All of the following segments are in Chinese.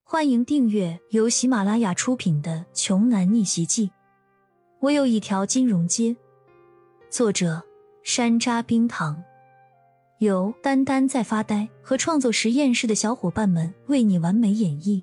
欢迎订阅由喜马拉雅出品的《穷男逆袭记》。我有一条金融街。作者：山楂冰糖，由丹丹在发呆和创作实验室的小伙伴们为你完美演绎。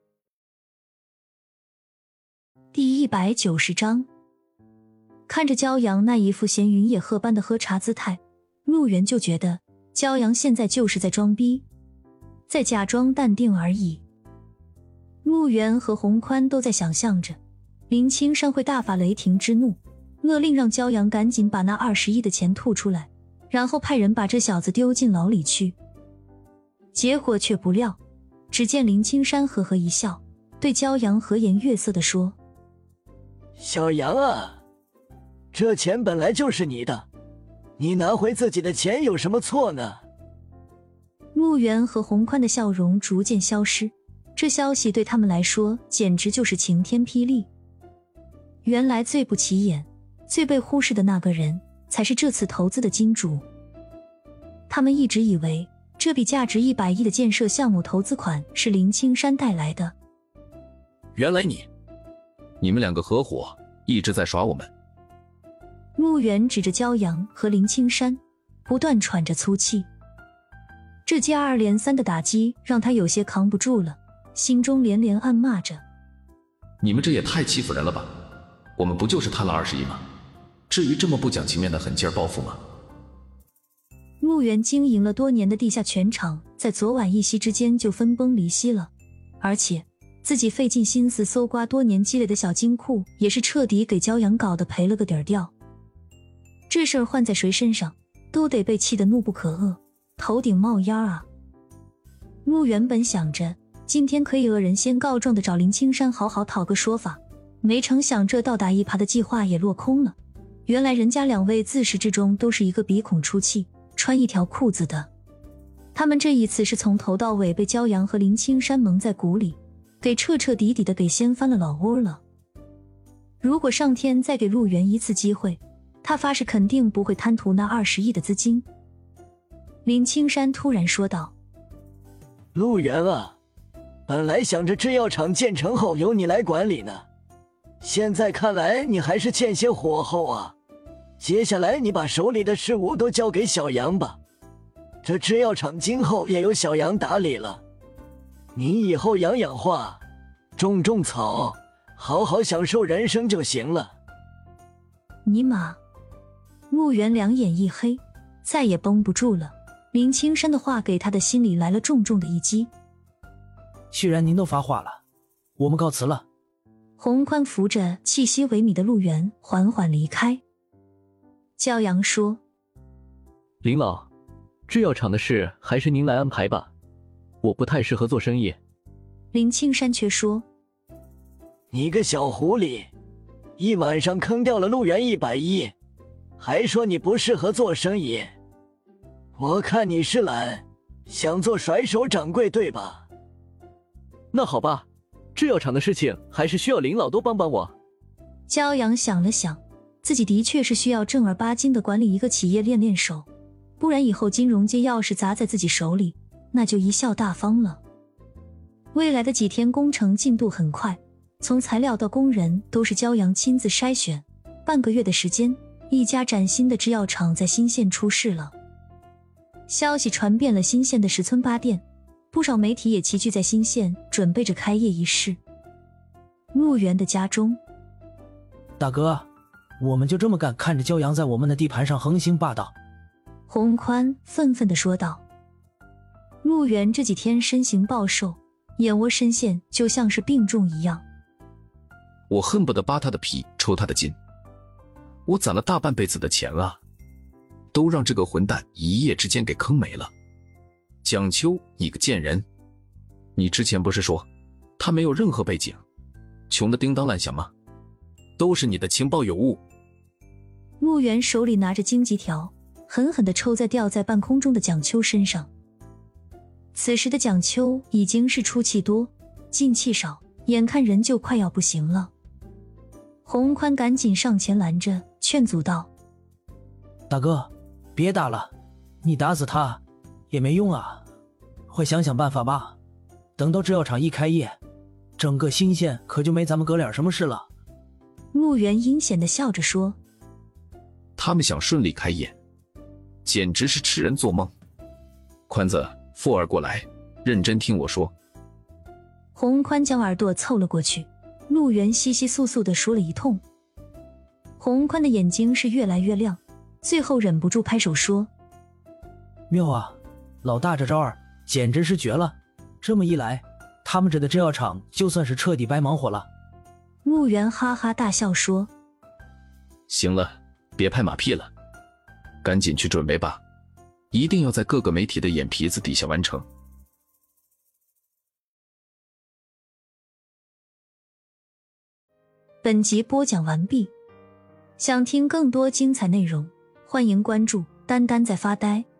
第190章。看着骄阳那一副闲云野鹤般的喝茶姿态，陆源就觉得骄阳现在就是在装逼，在假装淡定而已。陆源和洪宽都在想象着林青山会大发雷霆之怒，勒令让骄阳赶紧把那20亿的钱吐出来，然后派人把这小子丢进牢里去。结果却不料，只见林青山呵呵一笑，对骄阳和颜悦色地说： 小杨啊，这钱本来就是你的，你拿回自己的钱有什么错呢？ 陆源和洪宽的笑容逐渐消失，这消息对他们来说简直就是晴天霹雳。原来最不起眼、最被忽视的那个人才是这次投资的金主。他们一直以为这笔价值100亿的建设项目投资款是林青山带来的。 原来你们两个合伙一直在耍我们。 陆源指着骄阳和林青山，不断喘着粗气。这接二连三的打击让他有些扛不住了，心中连连暗骂着： 你们这也太欺负人了吧，我们不就是贪了20亿吗？至于这么不讲情面的狠劲儿报复吗？ 陆源经营了多年的地下拳场在昨晚一夕之间就分崩离析了，而且自己费尽心思搜刮多年积累的小金库也是彻底给骄阳搞得赔了个底儿掉。这事儿换在谁身上都得被气得怒不可遏，头顶冒烟啊。陆源本想着今天可以恶人先告状的找林青山好好讨个说法，没成想这倒打一耙的计划也落空了。原来人家两位自始至终都是一个鼻孔出气穿一条裤子的，他们这一次是从头到尾被骄阳和林青山蒙在鼓里，给彻彻底底的给掀翻了老窝了。如果上天再给陆源一次机会，他发誓肯定不会贪图那20亿的资金。林青山突然说道： 陆源啊，本来想着制药厂建成后由你来管理呢，现在看来你还是欠些火候啊。接下来你把手里的事务都交给小杨吧，这制药厂今后也由小杨打理了。你以后养养花，种种草，好好享受人生就行了。 尼玛！陆源两眼一黑，再也绷不住了。林青山的话给他的心里来了重重的一击。 既然您都发话了，我们告辞了。 洪宽扶着气息萎靡的陆源缓缓离开。骄阳说： 林老，制药厂的事还是您来安排吧，我不太适合做生意。 林青山却说： 你个小狐狸，一晚上坑掉了陆源100亿，还说你不适合做生意，我看你是懒，想做甩手掌柜对吧？ 那好吧，制药厂的事情还是需要林老多帮帮我。 骄阳想了想，自己的确是需要正儿八经的管理一个企业练练手，不然以后金融界要是砸在自己手里，那就贻笑大方了。未来的几天工程进度很快，从材料到工人都是骄阳亲自筛选，半个月的时间，一家崭新的制药厂在新县出世了。消息传遍了新县的10村8店，不少媒体也齐聚在新县，准备着开业仪式。陆源的家中， 大哥，我们就这么干，看着骄阳在我们的地盘上横行霸道。 洪宽愤愤地说道。陆源这几天身形暴瘦，眼窝深陷，就像是病重一样。 我恨不得扒他的皮抽他的筋，我攒了大半辈子的钱啊，都让这个混蛋一夜之间给坑没了。蒋秋，你个贱人，你之前不是说他没有任何背景，穷得叮当乱响吗？都是你的情报有误。 陆源手里拿着荆棘条，狠狠地抽在吊在半空中的蒋秋身上。此时的蒋秋已经是出气多进气少，眼看人就快要不行了。洪宽赶紧上前拦着，劝阻道： 大哥，别打了，你打死他也没用啊，会想想办法吧。 等到制药厂一开业，整个新县可就没咱们哥俩什么事了。 陆源阴险地笑着说。 他们想顺利开业，简直是痴人做梦。宽子，富儿过来，认真听我说。 洪宽将耳朵凑了过去，陆源窸窸窣窣地说了一通。洪宽的眼睛是越来越亮，最后忍不住拍手说： 妙啊，老大这招儿简直是绝了，这么一来，他们这的制药厂就算是彻底白忙活了。 陆源哈哈大笑说： 行了，别拍马屁了，赶紧去准备吧，一定要在各个媒体的眼皮子底下完成。 本集播讲完毕，想听更多精彩内容，欢迎关注丹丹在发呆。